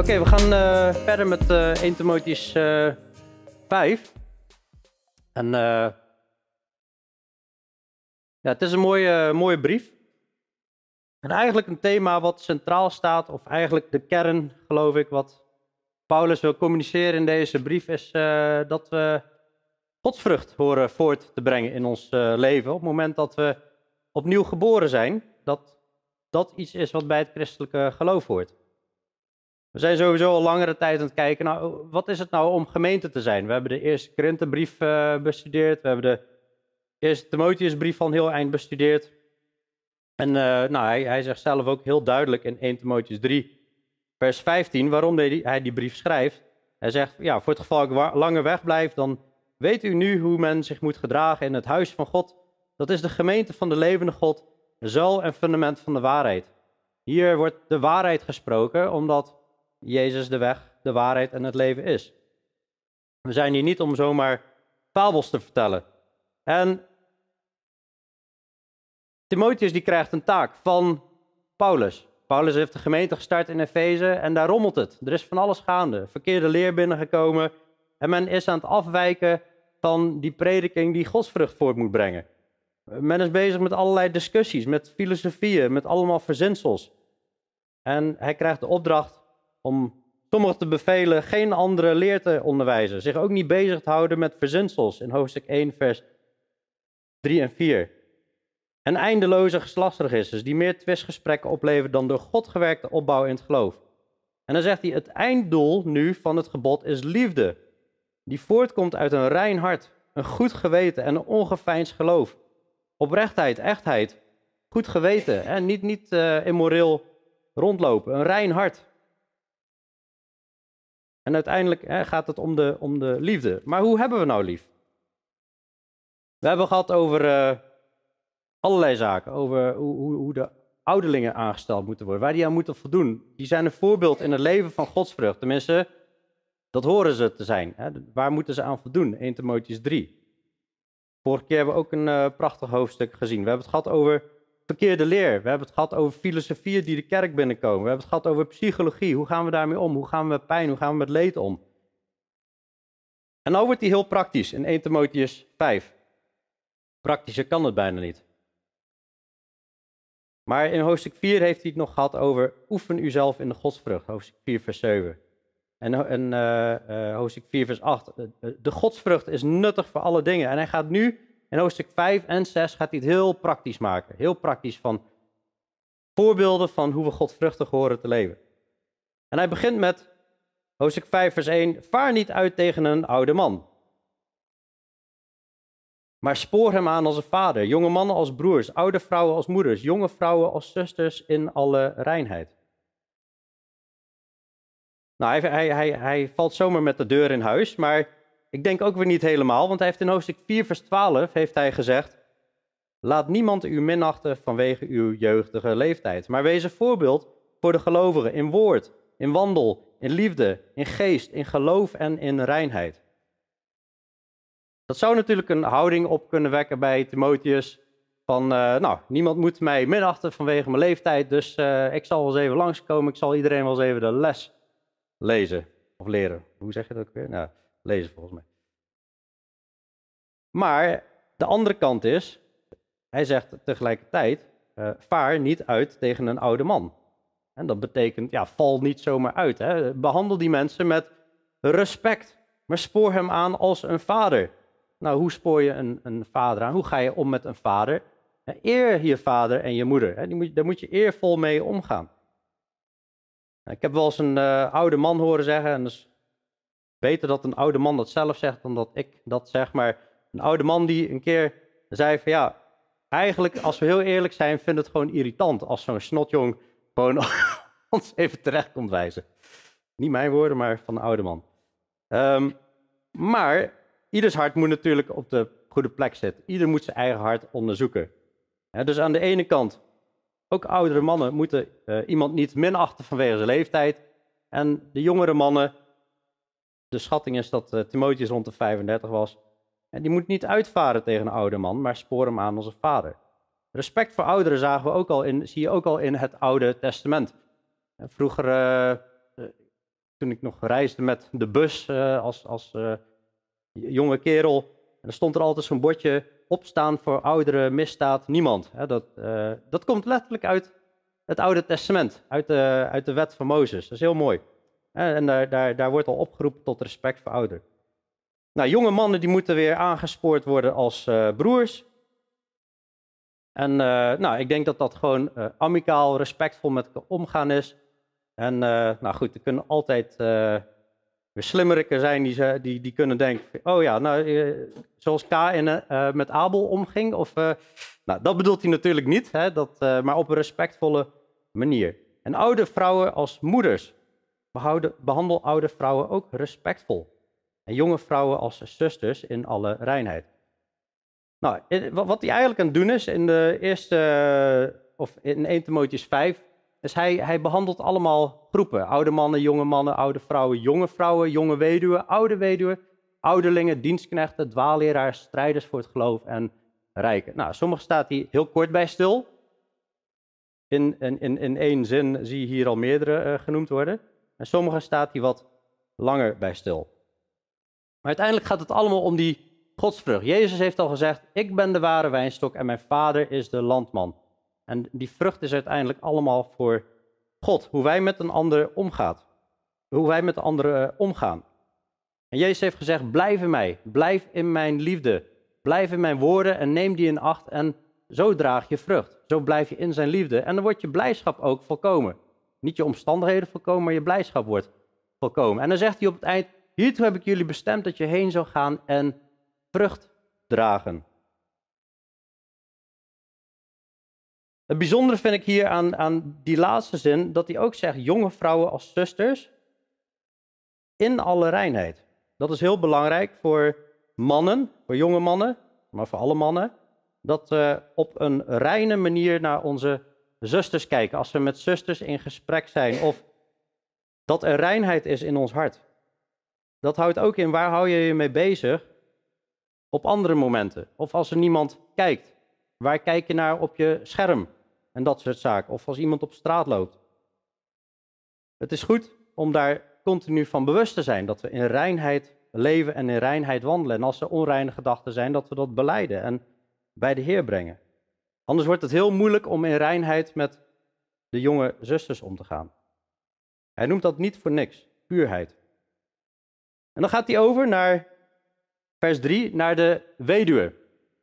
Oké, we gaan verder met 1 Timotheüs 5. En ja, het is een mooie brief. En eigenlijk een thema wat centraal staat, of eigenlijk de kern, geloof ik, wat Paulus wil communiceren in deze brief, is dat we godsvrucht horen voort te brengen in ons leven. Op het moment dat we opnieuw geboren zijn, dat iets is wat bij het christelijke geloof hoort. We zijn sowieso al langere tijd aan het kijken, nou, wat is het nou om gemeente te zijn? We hebben de eerste Korinthebrief bestudeerd, we hebben de eerste Timotheusbrief al een heel eind bestudeerd. En hij zegt zelf ook heel duidelijk in 1 Timotheüs 3, vers 15, waarom hij die brief schrijft. Hij zegt, ja, voor het geval ik langer wegblijf, dan weet u nu hoe men zich moet gedragen in het huis van God. Dat is de gemeente van de levende God, de zuil en fundament van de waarheid. Hier wordt de waarheid gesproken, omdat Jezus de weg, de waarheid en het leven is. We zijn hier niet om zomaar fabels te vertellen. En Timotheus die krijgt een taak van Paulus. Paulus heeft de gemeente gestart in Efeze en daar rommelt het. Er is van alles gaande. Verkeerde leer binnengekomen. En men is aan het afwijken van die prediking die godsvrucht voort moet brengen. Men is bezig met allerlei discussies, met filosofieën, met allemaal verzinsels. En hij krijgt de opdracht om sommigen te bevelen geen andere leer te onderwijzen. Zich ook niet bezig te houden met verzinsels in hoofdstuk 1 vers 3 en 4. En eindeloze geslachtsregisters die meer twistgesprekken opleveren dan door God gewerkte opbouw in het geloof. En dan zegt hij, het einddoel nu van het gebod is liefde. Die voortkomt uit een rein hart, een goed geweten en een ongeveinsd geloof. Oprechtheid, echtheid, goed geweten en niet immoreel rondlopen, een rein hart. En uiteindelijk gaat het om de liefde. Maar hoe hebben we nou lief? We hebben gehad over allerlei zaken. Over hoe de ouderlingen aangesteld moeten worden. Waar die aan moeten voldoen. Die zijn een voorbeeld in het leven van godsvrucht. Tenminste, dat horen ze te zijn. Waar moeten ze aan voldoen? 1 Timotheüs 3. Vorige keer hebben we ook een prachtig hoofdstuk gezien. We hebben het gehad over verkeerde leer. We hebben het gehad over filosofieën die de kerk binnenkomen. We hebben het gehad over psychologie. Hoe gaan we daarmee om? Hoe gaan we met pijn? Hoe gaan we met leed om? En nou wordt die heel praktisch in 1 Timotheüs 5. Praktischer kan het bijna niet. Maar in hoofdstuk 4 heeft hij het nog gehad over oefen uzelf in de godsvrucht. Hoofdstuk 4 vers 7. En hoofdstuk 4 vers 8. De godsvrucht is nuttig voor alle dingen. En hij gaat nu in hoofdstuk 5 en 6 gaat hij het heel praktisch maken. Heel praktisch van voorbeelden van hoe we godvruchtig horen te leven. En hij begint met hoofdstuk 5 vers 1. Vaar niet uit tegen een oude man. Maar spoor hem aan als een vader. Jonge mannen als broers. Oude vrouwen als moeders. Jonge vrouwen als zusters in alle reinheid. Nou, hij valt zomaar met de deur in huis, maar ik denk ook weer niet helemaal, want hij heeft in hoofdstuk 4 vers 12 heeft hij gezegd, laat niemand u minachten vanwege uw jeugdige leeftijd, maar wees een voorbeeld voor de gelovigen in woord, in wandel, in liefde, in geest, in geloof en in reinheid. Dat zou natuurlijk een houding op kunnen wekken bij Timotheus van, niemand moet mij minachten vanwege mijn leeftijd, dus ik zal wel eens even langskomen, ik zal iedereen wel eens even de les lezen of leren. Hoe zeg je dat ook weer? Nou, lezen volgens mij. Maar de andere kant is, hij zegt tegelijkertijd, vaar niet uit tegen een oude man. En dat betekent, val niet zomaar uit. Hè. Behandel die mensen met respect, maar spoor hem aan als een vader. Nou, hoe spoor je een vader aan? Hoe ga je om met een vader? Eer je vader en je moeder. Hè. Daar moet je eervol mee omgaan. Ik heb wel eens een oude man horen zeggen, en het is beter dat een oude man dat zelf zegt dan dat ik dat zeg, maar een oude man die een keer zei van eigenlijk als we heel eerlijk zijn, vindt het gewoon irritant als zo'n snotjong gewoon ons even terecht komt wijzen. Niet mijn woorden, maar van een oude man. Maar ieders hart moet natuurlijk op de goede plek zitten. Ieder moet zijn eigen hart onderzoeken. Dus aan de ene kant, ook oudere mannen moeten iemand niet minachten vanwege zijn leeftijd. En de jongere mannen, de schatting is dat Timotheus rond de 35 was. En die moet niet uitvaren tegen een oude man, maar spoor hem aan als een vader. Respect voor ouderen zie je ook al in het Oude Testament. Vroeger toen ik nog reisde met de bus als jonge kerel. En er stond er altijd zo'n bordje, opstaan voor ouderen misstaat niemand. Dat komt letterlijk uit het Oude Testament, uit de wet van Mozes. Dat is heel mooi. En daar wordt al opgeroepen tot respect voor ouderen. Nou, jonge mannen die moeten weer aangespoord worden als broers. En nou, ik denk dat dat gewoon amicaal, respectvol met elkaar omgaan is. En nou goed, er kunnen altijd weer slimmeriken zijn die kunnen denken, oh ja, nou, zoals Kaïn met Abel omging. Nou, dat bedoelt hij natuurlijk niet, hè, maar op een respectvolle manier. En oude vrouwen als moeders. Behandel oude vrouwen ook respectvol. En jonge vrouwen als zusters in alle reinheid. Nou, wat hij eigenlijk aan het doen is in de eerste, of in 1 Timotheüs 5, is hij behandelt allemaal groepen. Oude mannen, jonge mannen, oude vrouwen, jonge weduwen, ouderlingen, dienstknechten, dwaalleraars, strijders voor het geloof en rijken. Nou, sommige staat hij heel kort bij stil. In 1 zin zie je hier al meerdere genoemd worden. En sommige staat hij wat langer bij stil. Maar uiteindelijk gaat het allemaal om die godsvrucht. Jezus heeft al gezegd, ik ben de ware wijnstok en mijn vader is de landman. En die vrucht is uiteindelijk allemaal voor God. Hoe wij met een ander omgaan. Hoe wij met de anderen omgaan. En Jezus heeft gezegd, blijf in mij. Blijf in mijn liefde. Blijf in mijn woorden en neem die in acht. En zo draag je vrucht. Zo blijf je in zijn liefde. En dan wordt je blijdschap ook volkomen. Niet je omstandigheden volkomen, maar je blijdschap wordt volkomen. En dan zegt hij op het eind, hiertoe heb ik jullie bestemd dat je heen zou gaan en vrucht dragen. Het bijzondere vind ik hier aan die laatste zin, dat hij ook zegt, jonge vrouwen als zusters, in alle reinheid. Dat is heel belangrijk voor mannen, voor jonge mannen, maar voor alle mannen, dat we op een reine manier naar onze zusters kijken. Als we met zusters in gesprek zijn, of dat er reinheid is in ons hart. Dat houdt ook in, waar hou je je mee bezig op andere momenten? Of als er niemand kijkt, waar kijk je naar op je scherm? En dat soort zaken. Of als iemand op straat loopt. Het is goed om daar continu van bewust te zijn. Dat we in reinheid leven en in reinheid wandelen. En als er onreine gedachten zijn, dat we dat belijden en bij de Heer brengen. Anders wordt het heel moeilijk om in reinheid met de jonge zusters om te gaan. Hij noemt dat niet voor niks. Puurheid. En dan gaat hij over naar vers 3, naar de weduwe.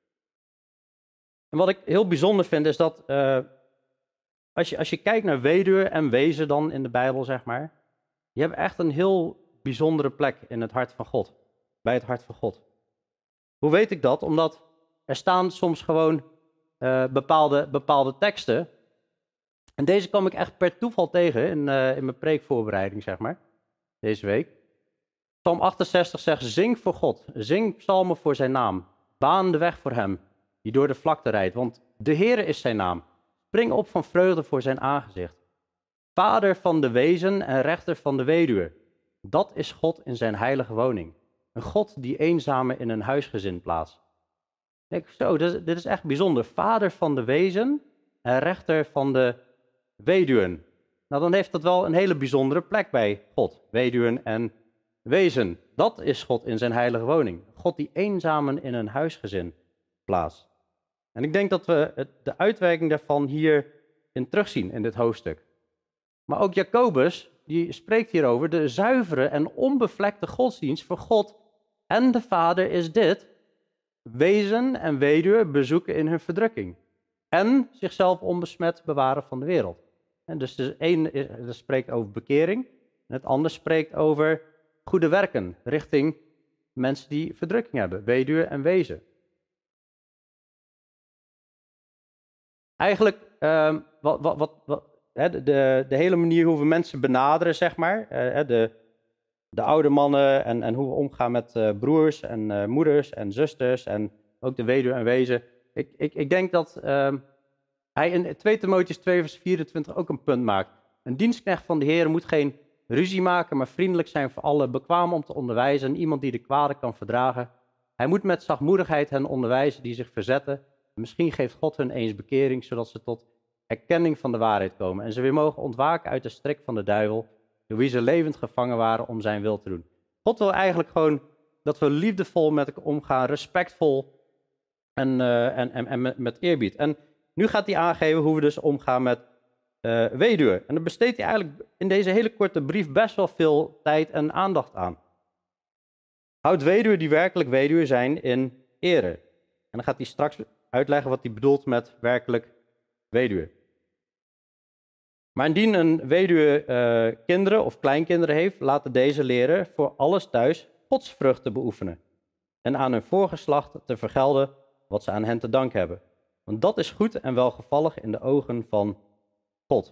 En wat ik heel bijzonder vind is dat als je kijkt naar weduwe en wezen dan in de Bijbel, zeg maar. Die hebben echt een heel bijzondere plek in het hart van God. Bij het hart van God. Hoe weet ik dat? Omdat er staan soms gewoon bepaalde teksten. En deze kwam ik echt per toeval tegen in mijn preekvoorbereiding, zeg maar. Deze week. Psalm 68 zegt, zing voor God. Zing psalmen voor zijn naam. Baan de weg voor hem, die door de vlakte rijdt. Want de Heere is zijn naam. Spring op van vreugde voor zijn aangezicht. Vader van de wezen en rechter van de weduwe. Dat is God in zijn heilige woning. Een God die eenzamen in een huisgezin plaatst. Denk, zo, dit is echt bijzonder. Vader van de wezen en rechter van de weduwen. Nou, dan heeft dat wel een hele bijzondere plek bij God. Weduwen en wezen. Dat is God in zijn heilige woning. God die eenzamen in een huisgezin plaatst. En ik denk dat we de uitwerking daarvan hierin terugzien in dit hoofdstuk. Maar ook Jacobus, die spreekt hierover, de zuivere en onbevlekte godsdienst voor God en de Vader is dit: wezen en weduwe bezoeken in hun verdrukking. En zichzelf onbesmet bewaren van de wereld. En dus de een spreekt over bekering en het ander spreekt over goede werken richting mensen die verdrukking hebben, weduwe en wezen. Eigenlijk, de hele manier hoe we mensen benaderen, zeg maar. De oude mannen en hoe we omgaan met broers en moeders en zusters en ook de weduwe en wezen. Ik denk dat hij in 2 Timotheüs 2 vers 24 ook een punt maakt. Een dienstknecht van de Heer moet geen ruzie maken, maar vriendelijk zijn voor allen, bekwaam om te onderwijzen en iemand die de kwade kan verdragen. Hij moet met zachtmoedigheid hen onderwijzen die zich verzetten. Misschien geeft God hun eens bekering, zodat ze tot erkenning van de waarheid komen en ze weer mogen ontwaken uit de strik van de duivel door wie ze levend gevangen waren om zijn wil te doen. God wil eigenlijk gewoon dat we liefdevol met elkaar omgaan, respectvol en met eerbied. En nu gaat hij aangeven hoe we dus omgaan met weduwen. En daar besteedt hij eigenlijk in deze hele korte brief best wel veel tijd en aandacht aan. Houdt weduwen die werkelijk weduwen zijn in ere. En dan gaat hij straks uitleggen wat hij bedoelt met werkelijk weduwe. Maar indien een weduwe kinderen of kleinkinderen heeft, laten deze leren voor alles thuis godsvrucht te beoefenen. En aan hun voorgeslacht te vergelden wat ze aan hen te danken hebben. Want dat is goed en welgevallig in de ogen van God.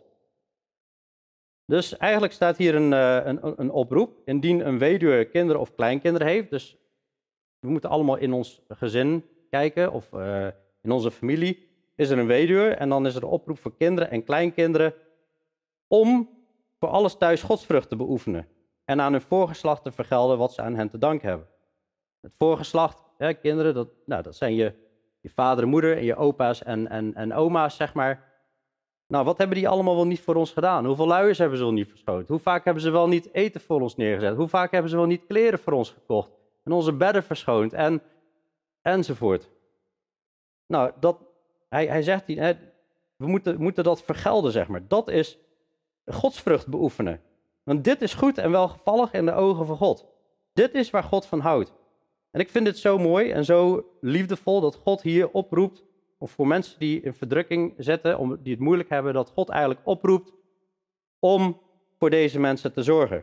Dus eigenlijk staat hier een oproep. Indien een weduwe kinderen of kleinkinderen heeft, dus we moeten allemaal in ons gezin kijken of in onze familie, is er een weduwe en dan is er een oproep voor kinderen en kleinkinderen om voor alles thuis godsvrucht te beoefenen en aan hun voorgeslacht te vergelden wat ze aan hen te danken hebben. Het voorgeslacht, kinderen, dat zijn je vader en moeder en je opa's en oma's, zeg maar. Nou, wat hebben die allemaal wel niet voor ons gedaan? Hoeveel luiers hebben ze wel niet verschoond? Hoe vaak hebben ze wel niet eten voor ons neergezet? Hoe vaak hebben ze wel niet kleren voor ons gekocht? En onze bedden verschoond enzovoort. Nou, hij zegt, we moeten dat vergelden, zeg maar. Dat is godsvrucht beoefenen. Want dit is goed en welgevallig in de ogen van God. Dit is waar God van houdt. En ik vind het zo mooi en zo liefdevol dat God hier oproept, of voor mensen die in verdrukking zitten, die het moeilijk hebben, dat God eigenlijk oproept om voor deze mensen te zorgen.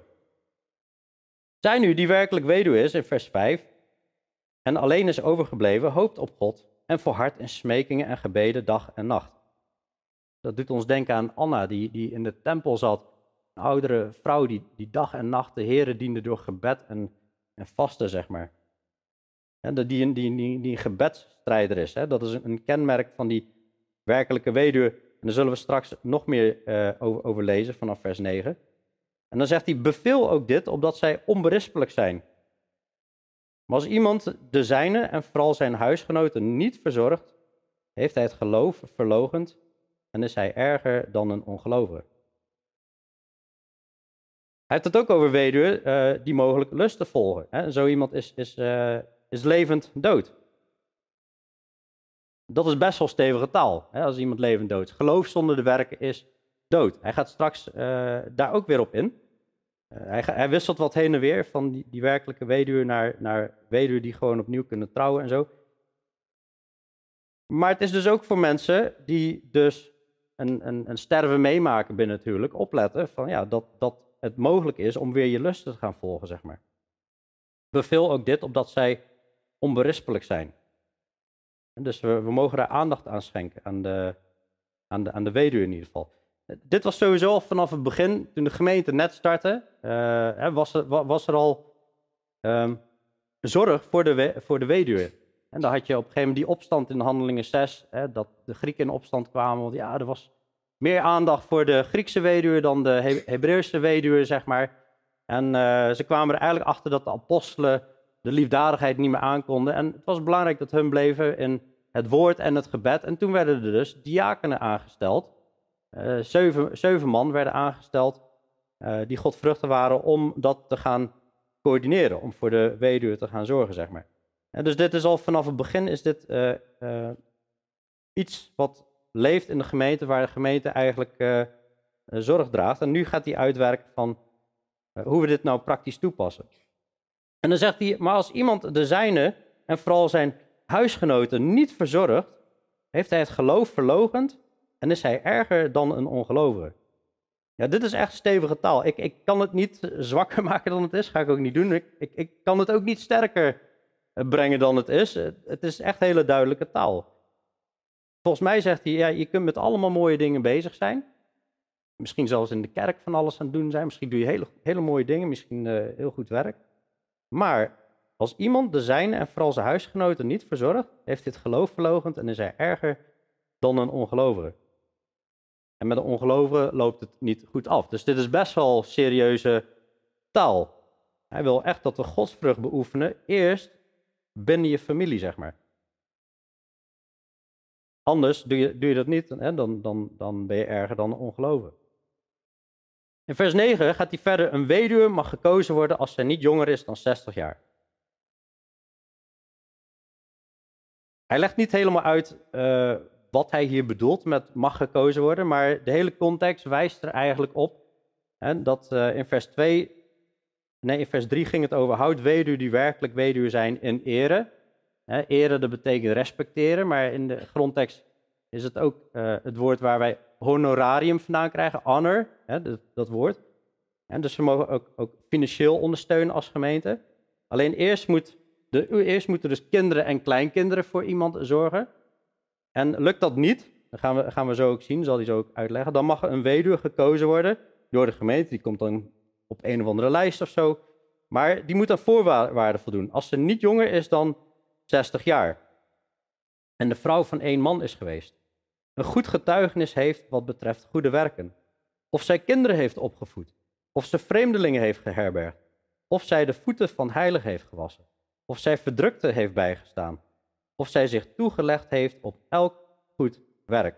Zij nu die werkelijk weduwe is, in vers 5, en alleen is overgebleven, hoopt op God en volhardt in smekingen en gebeden dag en nacht. Dat doet ons denken aan Anna, die in de tempel zat. Een oudere vrouw die dag en nacht de Here diende door gebed en vasten, zeg maar. En die een gebedsstrijder is. Hè? Dat is een kenmerk van die werkelijke weduwe. En daar zullen we straks nog meer over lezen vanaf vers 9. En dan zegt hij, beveel ook dit, opdat zij onberispelijk zijn. Maar als iemand de zijne en vooral zijn huisgenoten niet verzorgt, heeft hij het geloof verloochend en is hij erger dan een ongelovige. Hij heeft het ook over weduwen die mogelijk lusten volgen. Hè? Zo iemand is levend dood. Dat is best wel stevige taal, hè, als iemand levend dood is. Geloof zonder de werken is dood. Hij gaat straks daar ook weer op in. Hij wisselt wat heen en weer van die werkelijke weduwe naar weduwen die gewoon opnieuw kunnen trouwen en zo. Maar het is dus ook voor mensen die dus een sterven meemaken binnen het huwelijk, opletten van ja, dat het mogelijk is om weer je lusten te gaan volgen, zeg maar. Beveel ook dit, opdat zij onberispelijk zijn. En dus we mogen daar aandacht aan schenken, aan de weduwe in ieder geval. Dit was sowieso al vanaf het begin, toen de gemeente net startte, was er al zorg voor de weduwe. En dan had je op een gegeven moment die opstand in Handelingen 6, dat de Grieken in opstand kwamen. Want ja, er was meer aandacht voor de Griekse weduwe dan de Hebreeuwse weduwe, zeg maar. En ze kwamen er eigenlijk achter dat de apostelen de liefdadigheid niet meer aankonden. En het was belangrijk dat hun bleven in het woord en het gebed. En toen werden er dus diakenen aangesteld. 7 man werden aangesteld die godvruchtig waren om dat te gaan coördineren. Om voor de weduwe te gaan zorgen, zeg maar. En dus dit is al vanaf het begin is dit iets wat leeft in de gemeente, waar de gemeente eigenlijk zorg draagt. En nu gaat hij uitwerken van hoe we dit nou praktisch toepassen. En dan zegt hij, maar als iemand de zijne en vooral zijn huisgenoten niet verzorgt, heeft hij het geloof verloochend en is hij erger dan een ongelovige. Ja, dit is echt stevige taal. Ik kan het niet zwakker maken dan het is, ga ik ook niet doen. Ik kan het ook niet sterker brengen dan het is. Het is echt hele duidelijke taal. Volgens mij zegt hij, ja, je kunt met allemaal mooie dingen bezig zijn. Misschien zelfs in de kerk van alles aan het doen zijn. Misschien doe je hele mooie dingen, misschien heel goed werk. Maar als iemand de zijne en vooral zijn huisgenoten niet verzorgt, heeft dit geloof verloochend en is hij erger dan een ongelovige. En met een ongelovige loopt het niet goed af. Dus dit is best wel serieuze taal. Hij wil echt dat we godsvrucht beoefenen, eerst binnen je familie, zeg maar. Anders doe je dat niet, hè, dan ben je erger dan een ongelovige. In vers 9 gaat hij verder: een weduwe mag gekozen worden als zij niet jonger is dan 60 jaar. Hij legt niet helemaal uit wat hij hier bedoelt met mag gekozen worden, maar de hele context wijst er eigenlijk op. Dat in vers 3 ging het over: houd weduwen die werkelijk weduwe zijn in ere. Ere, dat betekent respecteren, maar in de grondtekst is het ook het woord waar wij honorarium vandaan krijgen, honor, dat woord. Dus we mogen ook financieel ondersteunen als gemeente. Alleen eerst moeten dus kinderen en kleinkinderen voor iemand zorgen. En lukt dat niet, dan gaan we zo ook zien, zal hij zo ook uitleggen, dan mag er een weduwe gekozen worden door de gemeente. Die komt dan op een of andere lijst of zo. Maar die moet aan voorwaarden voldoen. Als ze niet jonger is dan 60 jaar. En de vrouw van 1 man is geweest. Een goed getuigenis heeft wat betreft goede werken. Of zij kinderen heeft opgevoed. Of ze vreemdelingen heeft geherbergd. Of zij de voeten van heiligen heeft gewassen. Of zij verdrukten heeft bijgestaan. Of zij zich toegelegd heeft op elk goed werk.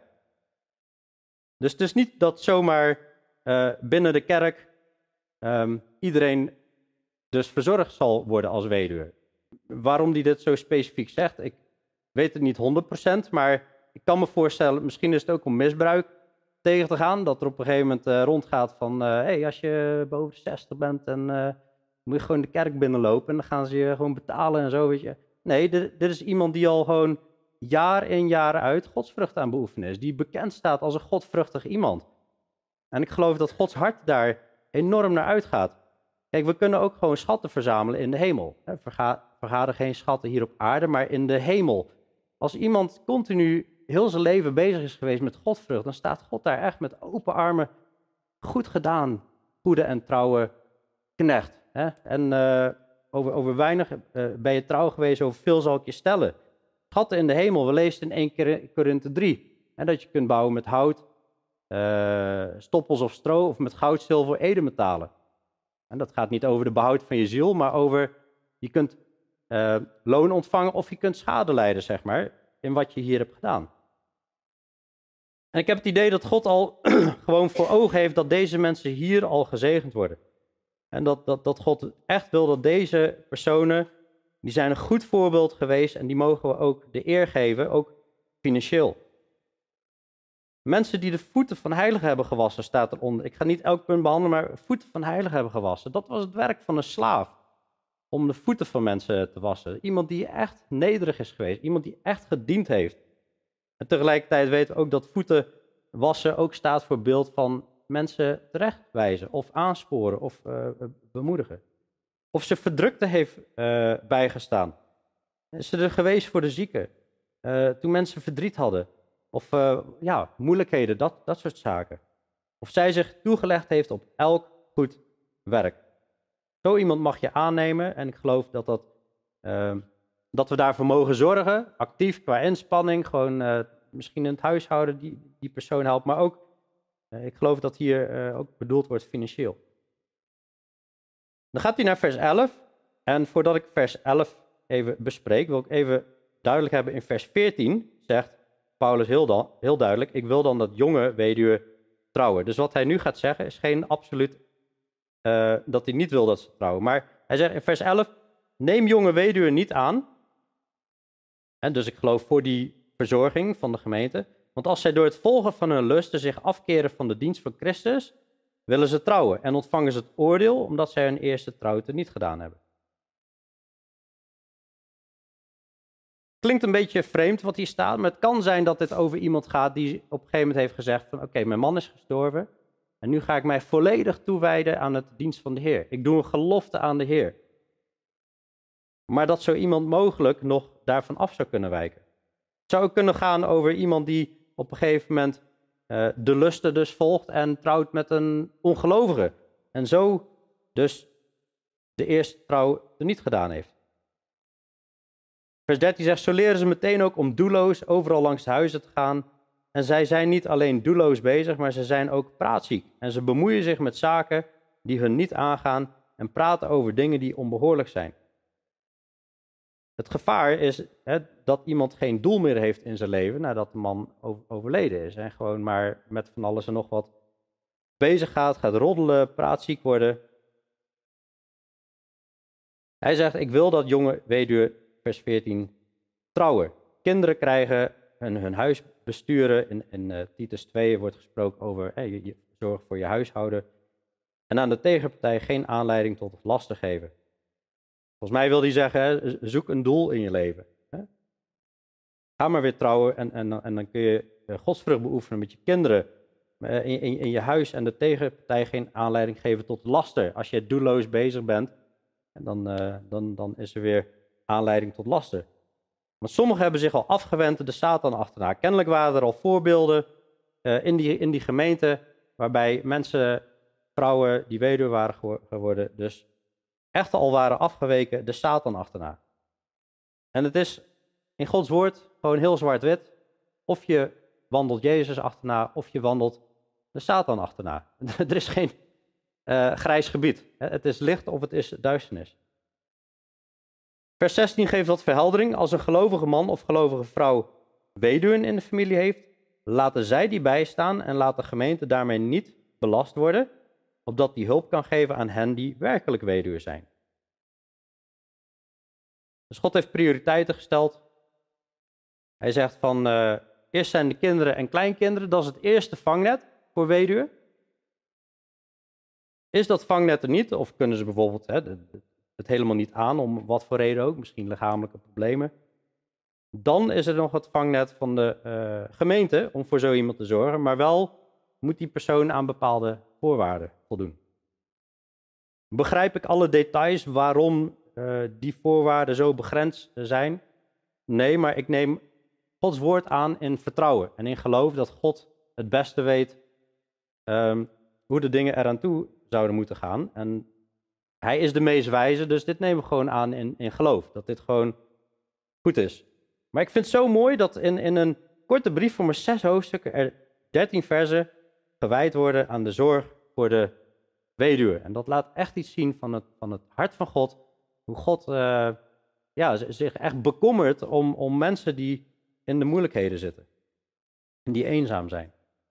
Dus het is niet dat zomaar binnen de kerk iedereen dus verzorgd zal worden als weduwe. Waarom hij dit zo specifiek zegt, ik weet het niet 100%, maar ik kan me voorstellen, misschien is het ook om misbruik tegen te gaan, dat er op een gegeven moment rondgaat van, als je boven de 60 bent, dan moet je gewoon de kerk binnenlopen en dan gaan ze je gewoon betalen en zo, weet je. Nee, dit is iemand die al gewoon jaar in jaar uit godsvrucht aan beoefenen is, die bekend staat als een godvruchtig iemand. En ik geloof dat Gods hart daar enorm naar uitgaat. Kijk, we kunnen ook gewoon schatten verzamelen in de hemel. Vergader geen schatten hier op aarde, maar in de hemel. Als iemand continu heel zijn leven bezig is geweest met godvrucht, dan staat God daar echt met open armen. Goed gedaan, goede en trouwe knecht. En over weinig ben je trouw geweest, over veel zal ik je stellen. Schatten in de hemel, we lezen in 1 Korinthe 3. Dat je kunt bouwen met hout, stoppels of stro, of met goud, zilver, edelmetalen. En dat gaat niet over de behoud van je ziel, maar over, je kunt loon ontvangen of je kunt schade lijden, zeg maar, in wat je hier hebt gedaan. En ik heb het idee dat God al gewoon voor ogen heeft dat deze mensen hier al gezegend worden. En dat God echt wil dat deze personen, die zijn een goed voorbeeld geweest en die mogen we ook de eer geven, ook financieel. Mensen die de voeten van heiligen hebben gewassen, staat eronder. Ik ga niet elk punt behandelen, maar voeten van heiligen hebben gewassen. Dat was het werk van een slaaf, om de voeten van mensen te wassen. Iemand die echt nederig is geweest, iemand die echt gediend heeft. En tegelijkertijd weten we ook dat voeten wassen ook staat voor beeld van mensen terechtwijzen of aansporen of bemoedigen. Of ze verdrukte heeft bijgestaan. Is ze er geweest voor de zieken, toen mensen verdriet hadden. Of moeilijkheden, dat soort zaken. Of zij zich toegelegd heeft op elk goed werk. Zo iemand mag je aannemen en ik geloof dat we daarvoor mogen zorgen. Actief qua inspanning, gewoon misschien in het huishouden die persoon helpt. Maar ook, ik geloof dat hier ook bedoeld wordt financieel. Dan gaat hij naar vers 11. En voordat ik vers 11 even bespreek, wil ik even duidelijk hebben in vers 14 zegt Paulus heel duidelijk, ik wil dan dat jonge weduwen trouwen. Dus wat hij nu gaat zeggen is geen absoluut dat hij niet wil dat ze trouwen. Maar hij zegt in vers 11, neem jonge weduwen niet aan. En dus ik geloof voor die verzorging van de gemeente. Want als zij door het volgen van hun lusten zich afkeren van de dienst van Christus, willen ze trouwen en ontvangen ze het oordeel omdat zij hun eerste trouwte niet gedaan hebben. Klinkt een beetje vreemd wat hier staat, maar het kan zijn dat dit over iemand gaat die op een gegeven moment heeft gezegd van oké, mijn man is gestorven en nu ga ik mij volledig toewijden aan het dienst van de Heer. Ik doe een gelofte aan de Heer. Maar dat zo iemand mogelijk nog daarvan af zou kunnen wijken. Het zou ook kunnen gaan over iemand die op een gegeven moment de lusten dus volgt en trouwt met een ongelovige. En zo dus de eerste trouw er niet gedaan heeft. Vers 13 zegt, zo leren ze meteen ook om doelloos overal langs de huizen te gaan. En zij zijn niet alleen doelloos bezig, maar ze zijn ook praatziek. En ze bemoeien zich met zaken die hun niet aangaan en praten over dingen die onbehoorlijk zijn. Het gevaar is dat iemand geen doel meer heeft in zijn leven nadat de man overleden is. En gewoon maar met van alles en nog wat bezig gaat roddelen, praatziek worden. Hij zegt, ik wil dat jonge weduwen, vers 14, trouwen. Kinderen krijgen en hun huis besturen. In Titus 2 wordt gesproken over je zorg voor je huishouden. En aan de tegenpartij geen aanleiding tot lasten geven. Volgens mij wil hij zeggen, zoek een doel in je leven. Ga maar weer trouwen en dan kun je godsvrucht beoefenen met je kinderen. In je huis en de tegenpartij geen aanleiding geven tot lasten. Als je doelloos bezig bent, dan is er weer aanleiding tot lasten. Want sommigen hebben zich al afgewend de Satan achterna. Kennelijk waren er al voorbeelden in die gemeente waarbij mensen, vrouwen die weduwe waren geworden, dus echt al waren afgeweken de Satan achterna. En het is in Gods woord gewoon heel zwart-wit. Of je wandelt Jezus achterna, of je wandelt de Satan achterna. Er is geen grijs gebied. Het is licht of het is duisternis. Vers 16 geeft wat verheldering. Als een gelovige man of gelovige vrouw weduwen in de familie heeft, laten zij die bijstaan en laat de gemeente daarmee niet belast worden, opdat die hulp kan geven aan hen die werkelijk weduwe zijn. Dus God heeft prioriteiten gesteld. Hij zegt van, eerst zijn de kinderen en kleinkinderen, dat is het eerste vangnet voor weduwen. Is dat vangnet er niet, of kunnen ze bijvoorbeeld het helemaal niet aan, om wat voor reden ook, misschien lichamelijke problemen. Dan is er nog het vangnet van de gemeente om voor zo iemand te zorgen, maar wel moet die persoon aan bepaalde voorwaarden voldoen. Begrijp ik alle details waarom die voorwaarden zo begrensd zijn? Nee, maar ik neem Gods woord aan in vertrouwen en in geloof dat God het beste weet hoe de dingen eraan toe zouden moeten gaan. En hij is de meest wijze, dus dit nemen we gewoon aan in geloof. Dat dit gewoon goed is. Maar ik vind het zo mooi dat in een korte brief van maar 6 hoofdstukken er 13 versen gewijd worden aan de zorg voor de weduwe. En dat laat echt iets zien van het hart van God. Hoe God zich echt bekommert om mensen die in de moeilijkheden zitten. En die eenzaam zijn.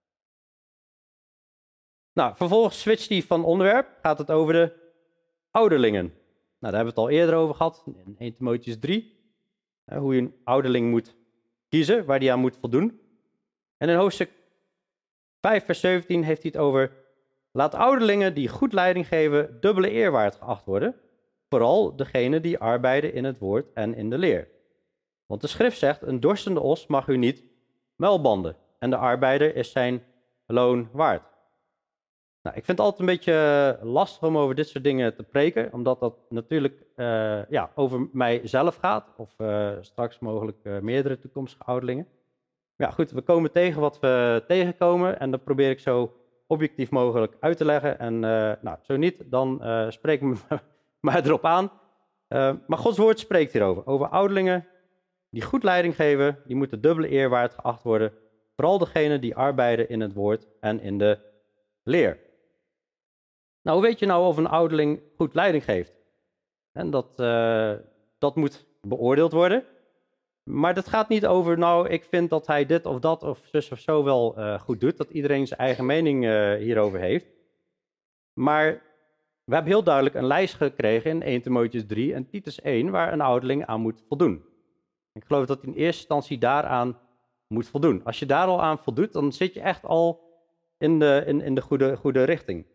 Nou, vervolgens switcht hij van onderwerp. Gaat het over de ouderlingen. Nou, daar hebben we het al eerder over gehad. In 1 Timotheüs 3. Hoe je een ouderling moet kiezen. Waar die aan moet voldoen. En in hoofdstuk 5 vers 17 heeft hij het over: laat ouderlingen die goed leiding geven dubbele eer waard geacht worden. Vooral degenen die arbeiden in het woord en in de leer. Want de schrift zegt, een dorstende os mag u niet muilbanden. En de arbeider is zijn loon waard. Nou, ik vind het altijd een beetje lastig om over dit soort dingen te preken. Omdat dat natuurlijk over mijzelf gaat. Of straks mogelijk meerdere toekomstige ouderlingen. Ja, goed, we komen tegen wat we tegenkomen. En dat probeer ik zo objectief mogelijk uit te leggen. En zo niet, dan spreek me maar erop aan. Maar Gods woord spreekt hierover. Over ouderlingen die goed leiding geven. Die moeten dubbele eer waard geacht worden. Vooral degenen die arbeiden in het woord en in de leer. Nou, hoe weet je nou of een ouderling goed leiding geeft? En dat moet beoordeeld worden. Maar dat gaat niet over, nou, ik vind dat hij dit of dat of zus of zo wel goed doet. Dat iedereen zijn eigen mening hierover heeft. Maar we hebben heel duidelijk een lijst gekregen in 1 Timotheüs 3 en Titus 1, waar een ouderling aan moet voldoen. Ik geloof dat hij in eerste instantie daaraan moet voldoen. Als je daar al aan voldoet, dan zit je echt al in de goede richting.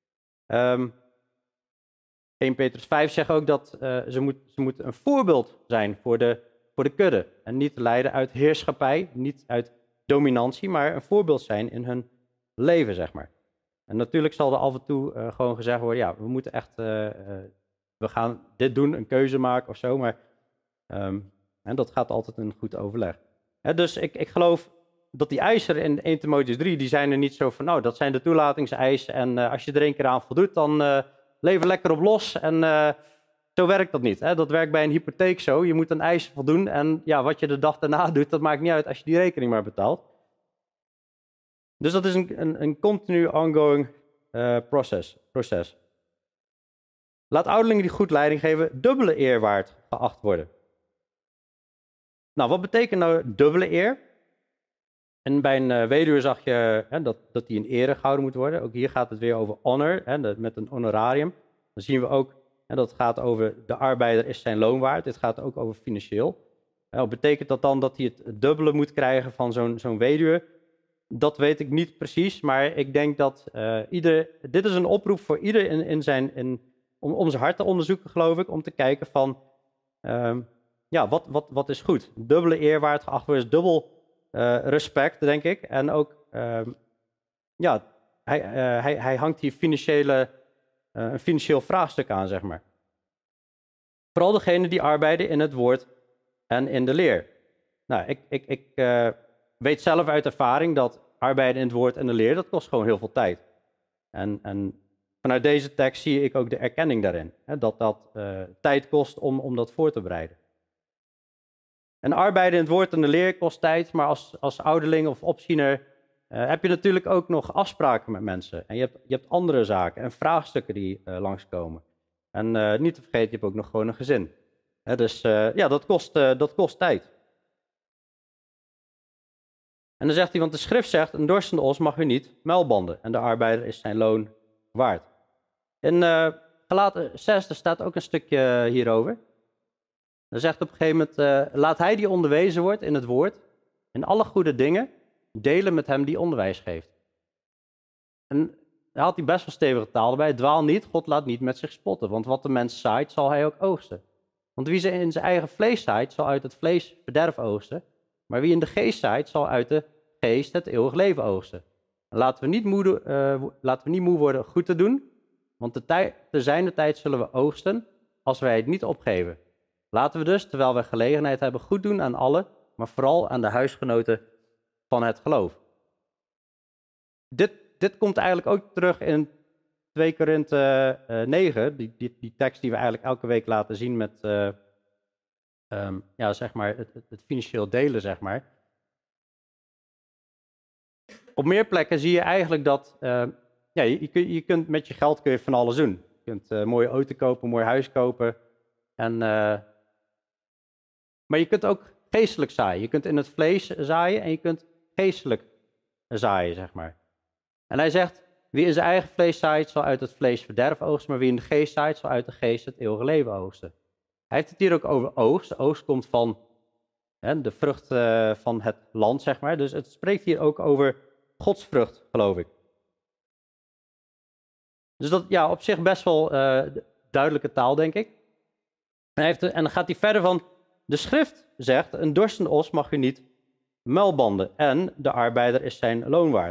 1 Petrus 5 zegt ook dat ze moeten een voorbeeld zijn voor de kudde. En niet leiden uit heerschappij, niet uit dominantie, maar een voorbeeld zijn in hun leven, zeg maar. En natuurlijk zal er af en toe gewoon gezegd worden, ja, we moeten echt, we gaan dit doen, een keuze maken of zo, maar en dat gaat altijd een goed overleg. Dus ik geloof dat die eisen in 1 Timotheüs 3, die zijn er niet zo van, nou, dat zijn de toelatingseisen en als je er 1 keer aan voldoet, dan leven lekker op los en zo werkt dat niet. Dat werkt bij een hypotheek zo, je moet aan eisen voldoen en ja, wat je de dag daarna doet, dat maakt niet uit als je die rekening maar betaalt. Dus dat is een continu ongoing proces. Laat ouderlingen die goed leiding geven dubbele eer waard geacht worden. Nou, wat betekent nou dubbele eer? En bij een weduwe zag je dat die in ere gehouden moet worden. Ook hier gaat het weer over honor, met een honorarium. Dan zien we ook dat het gaat over de arbeider is zijn loon waard. Dit gaat ook over financieel. Betekent dat dan dat hij het dubbele moet krijgen van zo'n weduwe? Dat weet ik niet precies, maar ik denk dat dit is een oproep voor ieder om zijn hart te onderzoeken, geloof ik, om te kijken van, wat is goed? Dubbele eerwaard geacht worden is dubbel respect, denk ik. En ook, hij hangt hier een financieel vraagstuk aan, zeg maar. Vooral degenen die arbeiden in het woord en in de leer. Nou, ik weet zelf uit ervaring dat arbeiden in het woord en de leer, dat kost gewoon heel veel tijd. En vanuit deze tekst zie ik ook de erkenning daarin. Dat tijd kost om dat voor te bereiden. En arbeiden in het woord en de leer kost tijd, maar als ouderling of opziener heb je natuurlijk ook nog afspraken met mensen. En je hebt andere zaken en vraagstukken die langskomen. En niet te vergeten, je hebt ook nog gewoon een gezin. Dus dat kost tijd. En dan zegt hij, want de schrift zegt, een dorstende os mag u niet muilbanden. En de arbeider is zijn loon waard. In Galaten 6 staat ook een stukje hierover. Dan zegt op een gegeven moment, laat hij die onderwezen wordt in het woord, in alle goede dingen, delen met hem die onderwijs geeft. En daar had hij best wel stevige taal erbij. Dwaal niet, God laat niet met zich spotten. Want wat de mens zaait, zal hij ook oogsten. Want wie in zijn eigen vlees zaait, zal uit het vlees verderf oogsten. Maar wie in de geest zaait, zal uit de geest het eeuwig leven oogsten. En laten we niet moe worden goed te doen. Want te zijner tijd zullen we oogsten, als wij het niet opgeven. Laten we dus, terwijl we gelegenheid hebben, goed doen aan allen, maar vooral aan de huisgenoten van het geloof. Dit komt eigenlijk ook terug in 2 Korinthe 9, die tekst die we eigenlijk elke week laten zien met zeg maar het financieel delen, zeg maar. Op meer plekken zie je eigenlijk dat je kunt met je geld kun je van alles doen. Je kunt een mooie auto kopen, een mooi huis kopen. Maar je kunt ook geestelijk zaaien. Je kunt in het vlees zaaien en je kunt geestelijk zaaien, zeg maar. En hij zegt, wie in zijn eigen vlees zaait, zal uit het vlees verderf oogsten, maar wie in de geest zaait, zal uit de geest het eeuwige leven oogsten. Hij heeft het hier ook over oogst. De oogst komt van de vrucht van het land, zeg maar. Dus het spreekt hier ook over Gods vrucht, geloof ik. Dus dat, op zich best wel duidelijke taal, denk ik. En dan gaat hij verder van, de schrift zegt, een dorstende os mag u niet muilbanden en de arbeider is zijn loon waard.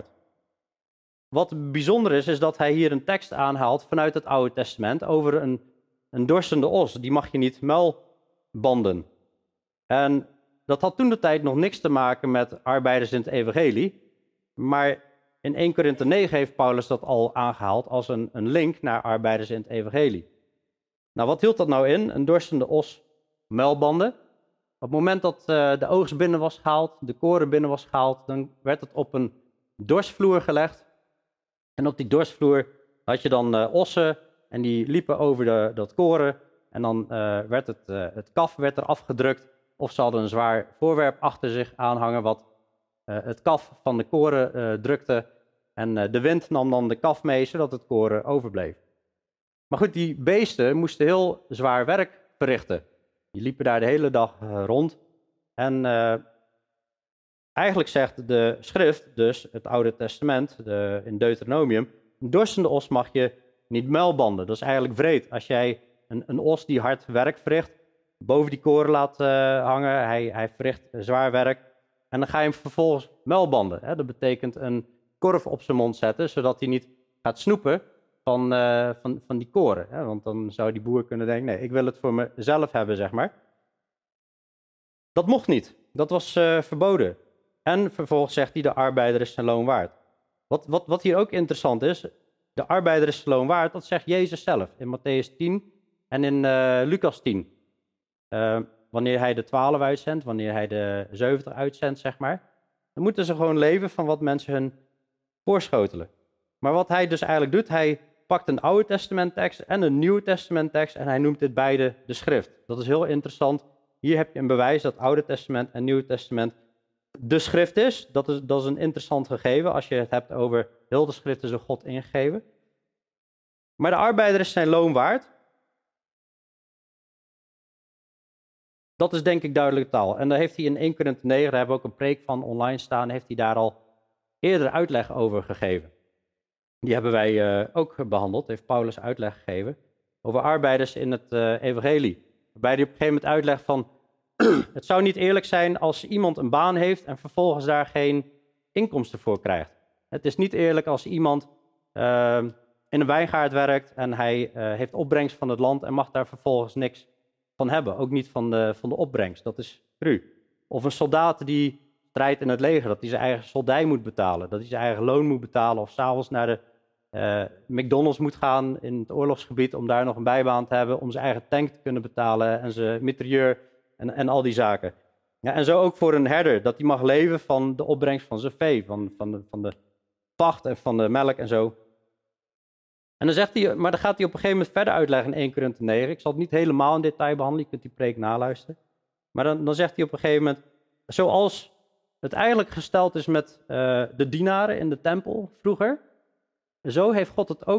Wat bijzonder is dat hij hier een tekst aanhaalt vanuit het Oude Testament over een dorstende os. Die mag je niet muilbanden. En dat had toen de tijd nog niks te maken met arbeiders in het evangelie. Maar in 1 Korinthe 9 heeft Paulus dat al aangehaald als een link naar arbeiders in het evangelie. Nou, wat hield dat nou in? Een dorstende os muilbanden. Op het moment dat de oogst binnen was gehaald, de koren binnen was gehaald, dan werd het op een dorsvloer gelegd. En op die dorsvloer had je dan ossen en die liepen over dat koren. En dan werd het kaf werd er afgedrukt. Of ze hadden een zwaar voorwerp achter zich aanhangen wat het kaf van de koren drukte. En de wind nam dan de kaf mee, zodat het koren overbleef. Maar goed, die beesten moesten heel zwaar werk verrichten. Die liepen daar de hele dag rond. En eigenlijk zegt de schrift, dus het Oude Testament, in Deuteronomium, een dorstende os mag je niet muilbanden. Dat is eigenlijk wreed. Als jij een os die hard werk verricht, boven die koren laat hangen, hij verricht zwaar werk, en dan ga je hem vervolgens muilbanden. Dat betekent een korf op zijn mond zetten, zodat hij niet gaat snoepen van die koren. Want dan zou die boer kunnen denken, nee, ik wil het voor mezelf hebben, zeg maar. Dat mocht niet. Dat was verboden. En vervolgens zegt hij, de arbeider is zijn loon waard. Wat hier ook interessant is, de arbeider is zijn loon waard, dat zegt Jezus zelf in Matthäus 10 en in Lucas 10. Wanneer hij de 12 uitzendt, wanneer hij de 70 uitzendt, zeg maar, dan moeten ze gewoon leven van wat mensen hun voorschotelen. Maar wat hij dus eigenlijk doet, hij pakt een Oude Testament tekst en een Nieuwe Testament tekst en hij noemt dit beide de schrift. Dat is heel interessant. Hier heb je een bewijs dat Oude Testament en Nieuwe Testament de schrift is. Dat is een interessant gegeven als je het hebt over heel de schrift is door God ingegeven. Maar de arbeider is zijn loon waard. Dat is denk ik duidelijke taal. En daar heeft hij in 1 Korinthe 9, daar hebben we ook een preek van online staan, heeft hij daar al eerder uitleg over gegeven. Die hebben wij ook behandeld, heeft Paulus uitleg gegeven over arbeiders in het evangelie. Waarbij hij op een gegeven moment uitlegt van, het zou niet eerlijk zijn als iemand een baan heeft en vervolgens daar geen inkomsten voor krijgt. Het is niet eerlijk als iemand in een wijngaard werkt en hij heeft opbrengst van het land en mag daar vervolgens niks van hebben. Ook niet van de opbrengst, dat is cru. Of een soldaat die strijdt in het leger, dat hij zijn eigen soldij moet betalen. Dat hij zijn eigen loon moet betalen of 's avonds naar de McDonald's moet gaan in het oorlogsgebied om daar nog een bijbaan te hebben, om zijn eigen tank te kunnen betalen en zijn mitrailleur en al die zaken. Ja, en zo ook voor een herder, dat hij mag leven van de opbrengst van zijn vee, van de vacht en van de melk en zo. En dan zegt hij, maar dan gaat hij op een gegeven moment verder uitleggen in 1 Korinthe 9. Ik zal het niet helemaal in detail behandelen, je kunt die preek naluisteren. Maar dan zegt hij op een gegeven moment, zoals het eigenlijk gesteld is met de dienaren in de tempel vroeger, zo heeft God het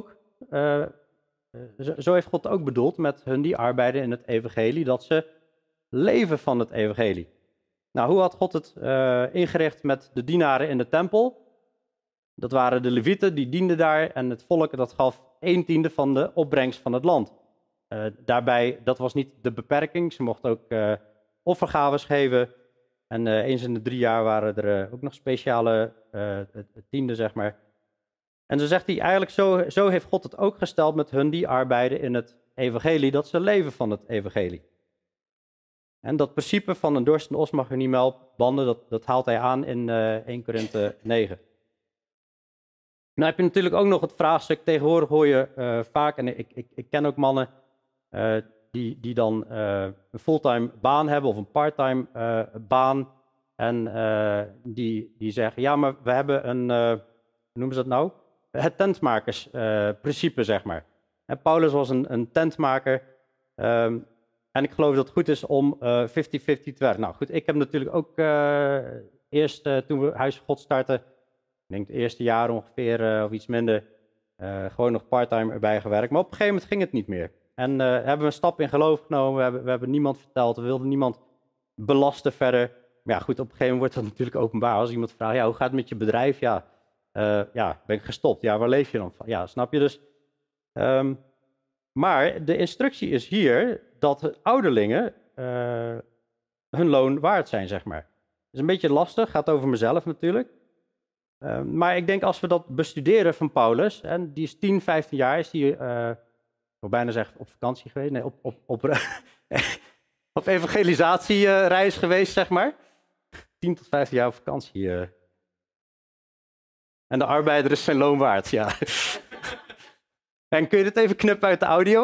ook bedoeld met hun die arbeiden in het evangelie, dat ze leven van het evangelie. Nou, hoe had God het ingericht met de dienaren in de tempel? Dat waren de levieten, die dienden daar en het volk dat gaf 1/10 van de opbrengst van het land. Daarbij, dat was niet de beperking, ze mochten ook offergaves geven. En eens in de 3 jaar waren er ook nog speciale tienden, zeg maar. En zo zegt hij eigenlijk, zo heeft God het ook gesteld met hun die arbeiden in het evangelie, dat ze leven van het evangelie. En dat principe van een dorstende os mag u niet melkbanden, dat haalt hij aan in 1 Korinthe 9. Nou heb je natuurlijk ook nog het vraagstuk, tegenwoordig hoor je vaak, en ik ken ook mannen die dan een fulltime baan hebben of een parttime baan. En die zeggen, ja maar we hebben een, hoe noemen ze dat nou? Het tentmakersprincipe, zeg maar. En Paulus was een tentmaker. En ik geloof dat het goed is om 50-50 te werken. Nou goed, ik heb natuurlijk ook eerst toen we Huis van God startten, ik denk het eerste jaar ongeveer of iets minder, gewoon nog parttime erbij gewerkt. Maar op een gegeven moment ging het niet meer. En hebben we een stap in geloof genomen, we hebben niemand verteld, we wilden niemand belasten verder. Maar ja goed, op een gegeven moment wordt dat natuurlijk openbaar. Als iemand vraagt, ja, hoe gaat het met je bedrijf? Ja, ben ik gestopt. Ja, waar leef je dan van? Ja, snap je dus? Maar de instructie is hier dat ouderlingen hun loon waard zijn, zeg maar. Dat is een beetje lastig, gaat over mezelf natuurlijk. Maar ik denk als we dat bestuderen van Paulus, en die is 10, 15 jaar, is die, ik wil bijna zeggen op vakantie geweest, nee, op evangelisatiereis geweest, zeg maar. 10 tot 15 jaar op vakantie. En de arbeider is zijn loon waard, ja. En kun je dit even knippen uit de audio?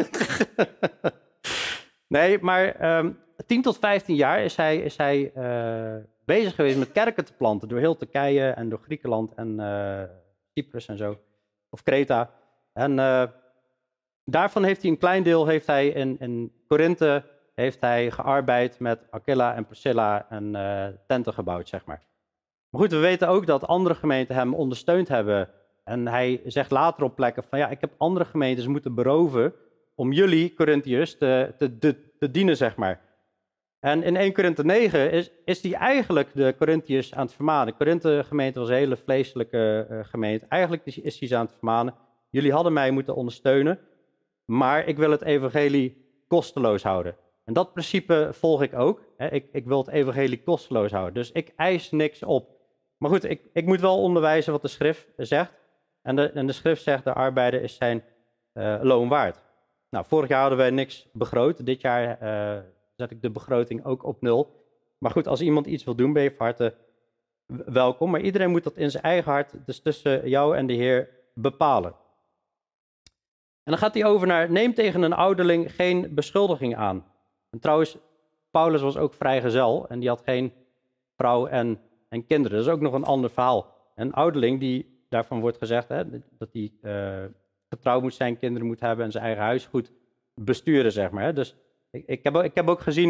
Nee, maar 10 tot 15 jaar is hij bezig geweest met kerken te planten. Door heel Turkije en door Griekenland en Cyprus en zo. Of Kreta. En daarvan heeft hij een klein deel in Korinthe gearbeid met Aquila en Priscilla en tenten gebouwd, zeg maar. Maar goed, we weten ook dat andere gemeenten hem ondersteund hebben. En hij zegt later op plekken van ja, ik heb andere gemeentes moeten beroven om jullie, Corinthiërs, te dienen, zeg maar. En in 1 Korinthe 9 is hij eigenlijk de Corinthiërs aan het vermanen. De Korinthe-gemeente was een hele vleeselijke gemeente. Eigenlijk is hij ze aan het vermanen. Jullie hadden mij moeten ondersteunen, maar ik wil het evangelie kosteloos houden. En dat principe volg ik ook. Ik wil het evangelie kosteloos houden. Dus ik eis niks op. Maar goed, ik moet wel onderwijzen wat de schrift zegt. En de schrift zegt, de arbeider is zijn loon waard. Nou, vorig jaar hadden wij niks begroot. Dit jaar zet ik de begroting ook op 0. Maar goed, als iemand iets wil doen, ben je van harte welkom. Maar iedereen moet dat in zijn eigen hart, dus tussen jou en de Heer, bepalen. En dan gaat hij over naar, neem tegen een ouderling geen beschuldiging aan. En trouwens, Paulus was ook vrijgezel en die had geen vrouw en kinderen. Dat is ook nog een ander verhaal. Een ouderling, daarvan wordt gezegd dat hij getrouwd moet zijn, kinderen moet hebben en zijn eigen huis goed besturen, zeg maar. Dus ik heb ook gezien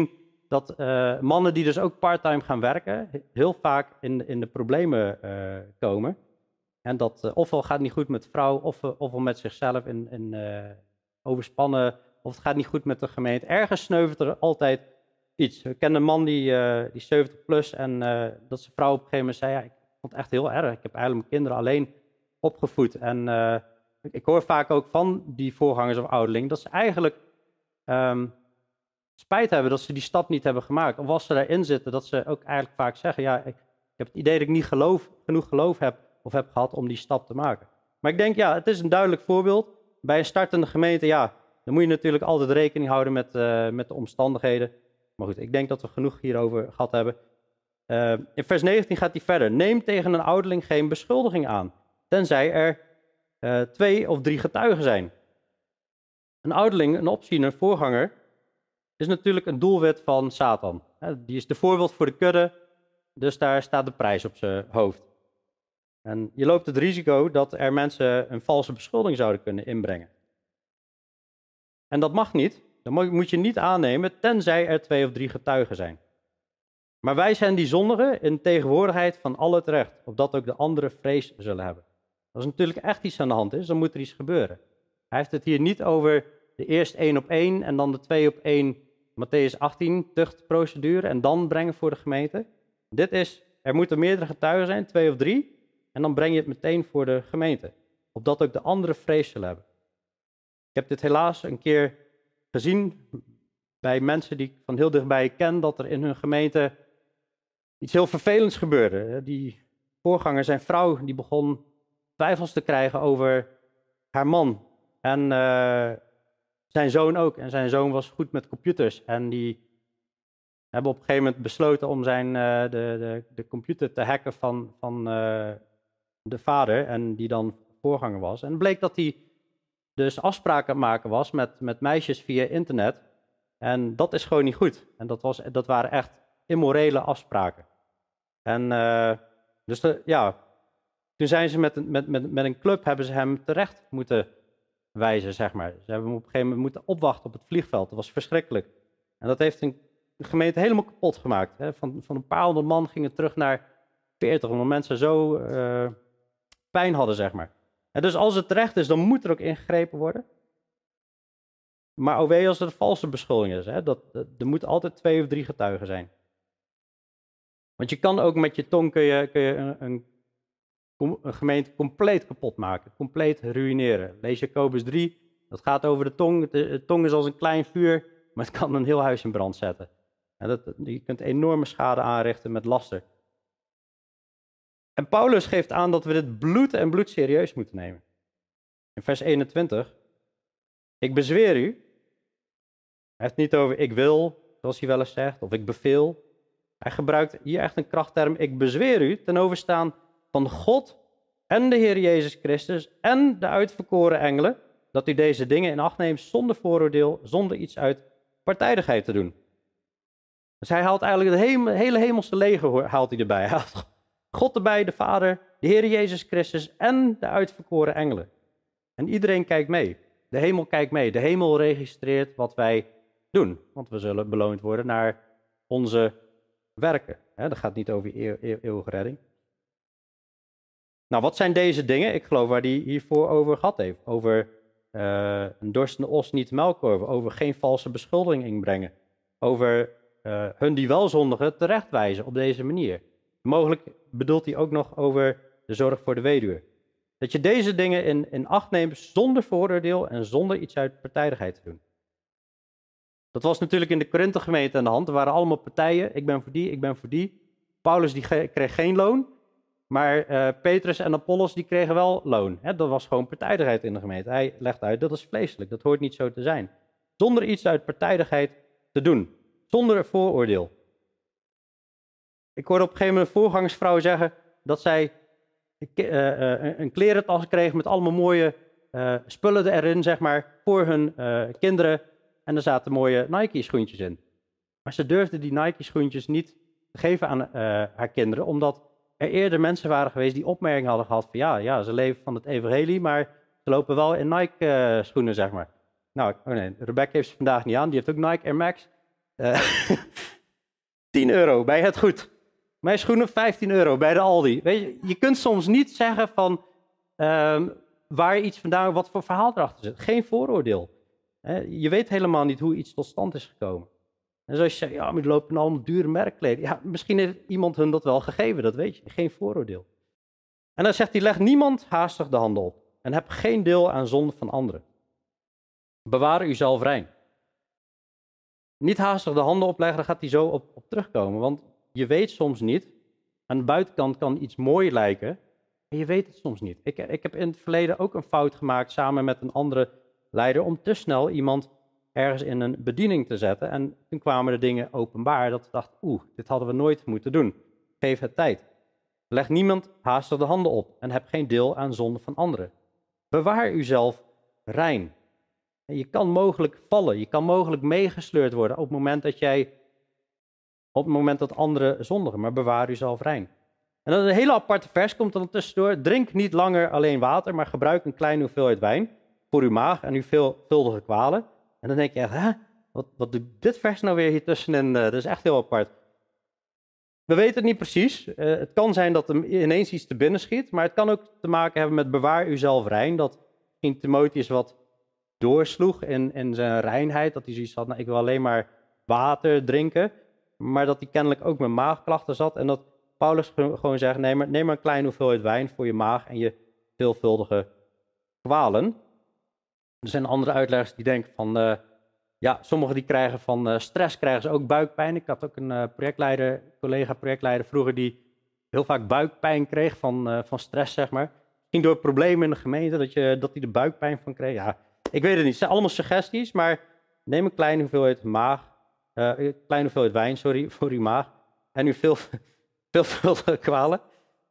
dat mannen die dus ook parttime gaan werken, heel vaak in de problemen komen. En dat ofwel gaat het niet goed met de vrouw, ofwel met zichzelf in overspannen, of het gaat niet goed met de gemeente. Ergens sneuvelt er altijd iets. Ik ken een man die 70 plus en dat zijn vrouw op een gegeven moment zei, ja, ik vond het echt heel erg. Ik heb eigenlijk mijn kinderen alleen opgevoed. En ik hoor vaak ook van die voorgangers of ouderling dat ze eigenlijk spijt hebben dat ze die stap niet hebben gemaakt. Of als ze daarin zitten, dat ze ook eigenlijk vaak zeggen, ja, ik heb het idee dat ik niet genoeg geloof heb of heb gehad om die stap te maken. Maar ik denk, ja, het is een duidelijk voorbeeld. Bij een startende gemeente, ja, dan moet je natuurlijk altijd rekening houden met de omstandigheden. Maar goed, ik denk dat we genoeg hierover gehad hebben. In vers 19 gaat hij verder. Neem tegen een ouderling geen beschuldiging aan, tenzij er 2 of 3 getuigen zijn. Een ouderling, een opziener, een voorganger, is natuurlijk een doelwit van Satan. Die is de voorbeeld voor de kudde, dus daar staat de prijs op zijn hoofd. En je loopt het risico dat er mensen een valse beschuldiging zouden kunnen inbrengen. En dat mag niet. Dat moet je niet aannemen, tenzij er 2 of 3 getuigen zijn. Maar wij zijn die zondigen in tegenwoordigheid van al het recht, opdat ook de anderen vrees zullen hebben. Als er natuurlijk echt iets aan de hand is, dan moet er iets gebeuren. Hij heeft het hier niet over de eerst 1 op 1 en dan de 2 op 1 Mattheüs 18 tuchtprocedure en dan brengen voor de gemeente. Dit is, er moeten meerdere getuigen zijn, 2 of 3, en dan breng je het meteen voor de gemeente. Opdat ook de anderen vrees zullen hebben. Ik heb dit helaas een keer gezien bij mensen die ik van heel dichtbij ken, dat er in hun gemeente iets heel vervelends gebeurde. Die voorganger, zijn vrouw, die begon twijfels te krijgen over haar man. En zijn zoon ook. En zijn zoon was goed met computers. En die hebben op een gegeven moment besloten om de computer te hacken van de vader. En die dan voorganger was. En het bleek dat hij dus afspraken aan het maken was met meisjes via internet. En dat is gewoon niet goed. En dat waren echt immorele afspraken. En dus toen zijn ze met een club, hebben ze hem terecht moeten wijzen, zeg maar. Ze hebben hem op een gegeven moment moeten opwachten op het vliegveld. Dat was verschrikkelijk. En dat heeft een gemeente helemaal kapot gemaakt. Hè. Van een paar honderd man gingen terug naar 40, omdat mensen zo pijn hadden, zeg maar. En dus als het terecht is, dan moet er ook ingegrepen worden. Maar wee als er een valse beschuldiging is. Hè. Er moeten altijd 2 of 3 getuigen zijn. Want je kan ook met je tong kun je een gemeente compleet kapot maken, compleet ruïneren. Lees Jacobus 3, dat gaat over de tong. De tong is als een klein vuur, maar het kan een heel huis in brand zetten. En je kunt enorme schade aanrichten met laster. En Paulus geeft aan dat we dit bloed serieus moeten nemen. In vers 21, ik bezweer u. Hij heeft het niet over ik wil, zoals hij wel eens zegt, of ik beveel. Hij gebruikt hier echt een krachtterm, ik bezweer u, ten overstaan van God en de Heer Jezus Christus en de uitverkoren engelen, dat u deze dingen in acht neemt zonder vooroordeel, zonder iets uit partijdigheid te doen. Dus hij haalt eigenlijk het hele hemelse leger haalt hij erbij. Hij haalt God erbij, de Vader, de Heer Jezus Christus en de uitverkoren engelen. En iedereen kijkt mee. De hemel kijkt mee. De hemel registreert wat wij doen. Want we zullen beloond worden naar onze werken. Dat gaat niet over eeuwige redding. Nou, wat zijn deze dingen? Ik geloof waar hij hiervoor over gehad heeft. Over een dorstende os niet melkkorven. Over geen valse beschuldiging inbrengen. Over hun die wel zondigen terechtwijzen op deze manier. Mogelijk bedoelt hij ook nog over de zorg voor de weduwe. Dat je deze dingen in acht neemt zonder vooroordeel en zonder iets uit partijdigheid te doen. Dat was natuurlijk in de Korinthe gemeente aan de hand. Er waren allemaal partijen. Ik ben voor die, ik ben voor die. Paulus die kreeg geen loon. Maar Petrus en Apollos die kregen wel loon. Dat was gewoon partijdigheid in de gemeente. Hij legt uit, dat is vleeselijk. Dat hoort niet zo te zijn. Zonder iets uit partijdigheid te doen. Zonder vooroordeel. Ik hoorde op een gegeven moment een voorgangsvrouw zeggen dat zij een klerentas kreeg met allemaal mooie spullen erin, zeg maar, voor hun kinderen. En er zaten mooie Nike-schoentjes in. Maar ze durfde die Nike-schoentjes niet te geven aan haar kinderen, omdat er eerder mensen waren geweest die opmerkingen hadden gehad van ja, ze leven van het evangelie, maar ze lopen wel in Nike-schoenen, zeg maar. Nou, Rebecca heeft ze vandaag niet aan, die heeft ook Nike Air Max. €10 bij het goed. Mijn schoenen €15 bij de Aldi. Weet je, je kunt soms niet zeggen van waar je iets vandaan, wat voor verhaal erachter zit. Geen vooroordeel. Je weet helemaal niet hoe iets tot stand is gekomen. En zoals je zegt, ja, maar die lopen allemaal dure merkkleding. Ja, misschien heeft iemand hun dat wel gegeven, dat weet je. Geen vooroordeel. En dan zegt hij, leg niemand haastig de handen op. En heb geen deel aan zonde van anderen. Bewaar uzelf rein. Niet haastig de handen opleggen, daar gaat hij zo op terugkomen. Want je weet soms niet, aan de buitenkant kan iets mooi lijken, en je weet het soms niet. Ik heb in het verleden ook een fout gemaakt samen met een andere leider om te snel iemand ergens in een bediening te zetten. En toen kwamen de dingen openbaar dat we dachten, dit hadden we nooit moeten doen. Geef het tijd. Leg niemand haastig de handen op en heb geen deel aan zonde van anderen. Bewaar uzelf rein. En je kan mogelijk vallen, je kan mogelijk meegesleurd worden op het moment dat anderen zondigen, maar bewaar uzelf rein. En dan een hele aparte vers komt er dan tussendoor. Drink niet langer alleen water, maar gebruik een kleine hoeveelheid wijn voor uw maag en uw veelvuldige kwalen. En dan denk je echt, wat doet dit vers nou weer hier tussenin? Dat is echt heel apart. We weten het niet precies. Het kan zijn dat er ineens iets te binnen schiet, maar het kan ook te maken hebben met bewaar uzelf rein. Dat misschien Timotheus wat doorsloeg in zijn reinheid, dat hij zoiets had, ik wil alleen maar water drinken, maar dat hij kennelijk ook met maagklachten zat en dat Paulus gewoon zegt, neem maar een kleine hoeveelheid wijn voor je maag en je veelvuldige kwalen. Er zijn andere uitleggers die denken van, sommigen die krijgen van stress krijgen ze ook buikpijn. Ik had ook een collega-projectleider vroeger die heel vaak buikpijn kreeg van stress, zeg maar. Misschien door problemen in de gemeente, dat hij er buikpijn van kreeg. Ja, ik weet het niet. Het zijn allemaal suggesties, maar neem een kleine hoeveelheid wijn, voor uw maag en uw veelvuldige kwalen.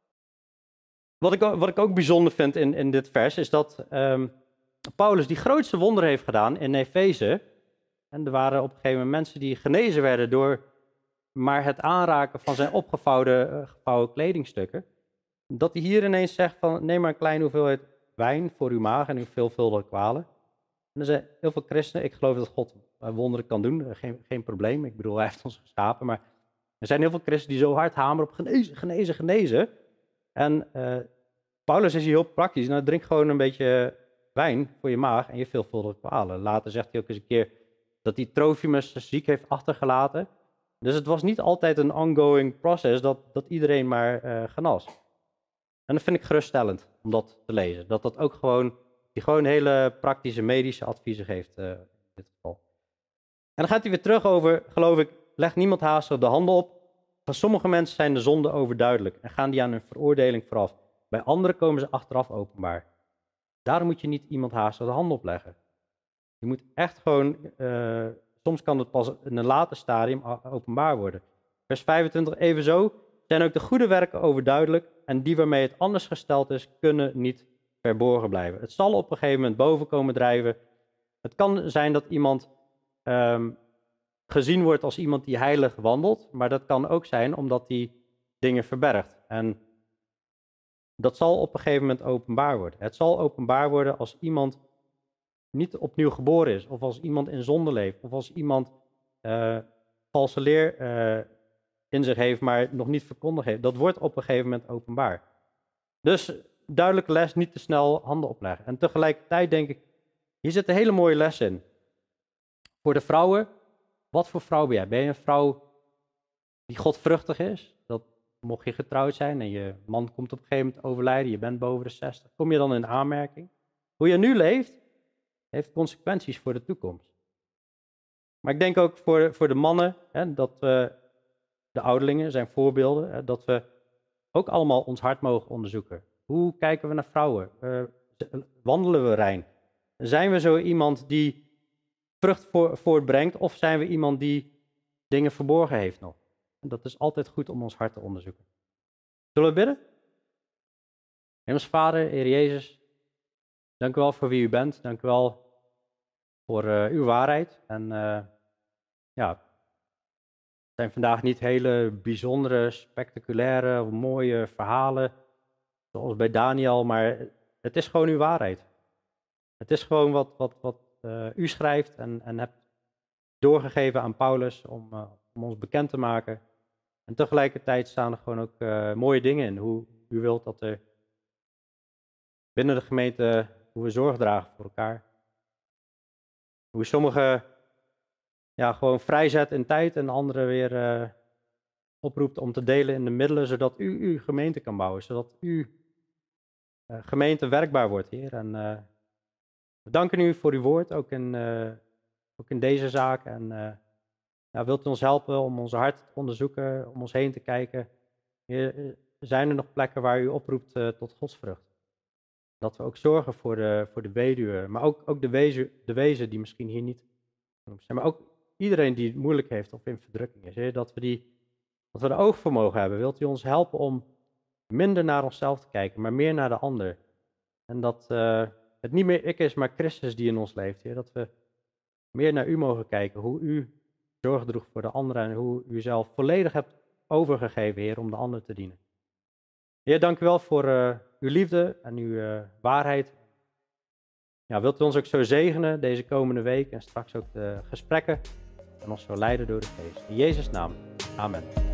Wat ik ook bijzonder vind in dit vers is dat Paulus die grootste wonder heeft gedaan in Efeze. En er waren op een gegeven moment mensen die genezen werden door maar het aanraken van zijn gevouwen kledingstukken. Dat hij hier ineens zegt van neem maar een kleine hoeveelheid wijn voor uw maag en uw veelvuldige kwalen. En er zijn heel veel christenen, ik geloof dat God wonderen kan doen, geen probleem. Ik bedoel, hij heeft ons geschapen, maar er zijn heel veel christenen die zo hard hameren op genezen. En Paulus is hier heel praktisch. Nou, drink gewoon een beetje wijn voor je maag en je veelvuldige kwalen. Later zegt hij ook eens een keer dat hij Trofimus ziek heeft achtergelaten. Dus het was niet altijd een ongoing process dat iedereen maar genas. En dat vind ik geruststellend om dat te lezen. Dat ook gewoon hele praktische medische adviezen geeft in dit geval. En dan gaat hij weer terug over, geloof ik, leg niemand haastig de handen op. Van sommige mensen zijn de zonden overduidelijk en gaan die aan hun veroordeling vooraf. Bij anderen komen ze achteraf openbaar. Daarom moet je niet iemand haastig de handen opleggen. Je moet echt gewoon, soms kan het pas in een later stadium openbaar worden. Vers 25, evenzo zijn ook de goede werken overduidelijk en die waarmee het anders gesteld is, kunnen niet verborgen blijven. Het zal op een gegeven moment boven komen drijven. Het kan zijn dat iemand gezien wordt als iemand die heilig wandelt, maar dat kan ook zijn omdat hij dingen verbergt. En dat zal op een gegeven moment openbaar worden. Het zal openbaar worden als iemand niet opnieuw geboren is, of als iemand in zonde leeft, of als iemand valse leer in zich heeft, maar nog niet verkondigd heeft. Dat wordt op een gegeven moment openbaar. Dus duidelijke les, niet te snel handen opleggen. En tegelijkertijd denk ik, hier zit een hele mooie les in. Voor de vrouwen, wat voor vrouw ben jij? Ben je een vrouw die godvruchtig is? Dat mocht je getrouwd zijn en je man komt op een gegeven moment overlijden, je bent boven de 60. Kom je dan in aanmerking? Hoe je nu leeft, heeft consequenties voor de toekomst. Maar ik denk ook voor de mannen, dat we, de ouderlingen zijn voorbeelden, dat we ook allemaal ons hart mogen onderzoeken. Hoe kijken we naar vrouwen? Wandelen we rein? Zijn we zo iemand die vrucht voortbrengt of zijn we iemand die dingen verborgen heeft nog? En dat is altijd goed om ons hart te onderzoeken. Zullen we bidden? Hemelse Vader, Heer Jezus, dank u wel voor wie u bent. Dank u wel voor uw waarheid. En het zijn vandaag niet hele bijzondere, spectaculaire of mooie verhalen, zoals bij Daniel, maar het is gewoon uw waarheid. Het is gewoon wat u schrijft en hebt doorgegeven aan Paulus om om ons bekend te maken. En tegelijkertijd staan er gewoon ook mooie dingen in. Hoe u wilt dat er binnen de gemeente, hoe we zorg dragen voor elkaar. Hoe sommigen gewoon vrijzet in tijd en anderen weer oproept om te delen in de middelen, zodat u uw gemeente kan bouwen. Zodat uw gemeente werkbaar wordt, Heer. En we danken u voor uw woord, ook in deze zaak. En wilt u ons helpen om onze harten te onderzoeken, om ons heen te kijken. Heer, zijn er nog plekken waar u oproept tot godsvrucht? Dat we ook zorgen voor de weduwe, maar ook de wezen die misschien hier niet genoemd zijn. Maar ook iedereen die het moeilijk heeft of in verdrukking is. Heer, dat we de oog voor mogen hebben. Wilt u ons helpen om minder naar onszelf te kijken, maar meer naar de ander. En dat het niet meer ik is, maar Christus die in ons leeft. Heer. Dat we meer naar u mogen kijken, hoe u zorg droeg voor de anderen en hoe u zelf volledig hebt overgegeven, Heer, om de ander te dienen. Heer, dank u wel voor uw liefde en uw waarheid. Ja, wilt u ons ook zo zegenen deze komende week en straks ook de gesprekken en ons zo leiden door de geest. In Jezus' naam. Amen.